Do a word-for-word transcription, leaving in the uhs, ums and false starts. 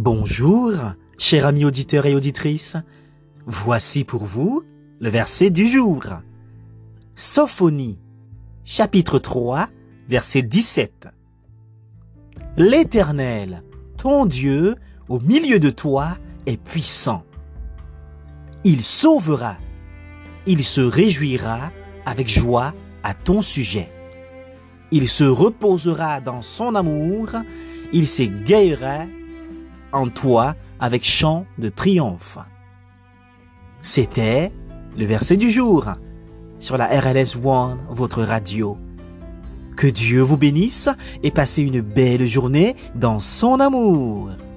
Bonjour, chers amis auditeurs et auditrices. Voici pour vous le verset du jour. Sophonie, chapitre trois, verset dix-sept. L'Éternel, ton Dieu, au milieu de toi, est puissant. Il sauvera, il se réjouira avec joie à ton sujet. Il se reposera dans son amour, il s'égayera en toi avec chant de triomphe. C'était le verset du jour sur la R L S One, votre radio. Que Dieu vous bénisse et passez une belle journée dans son amour.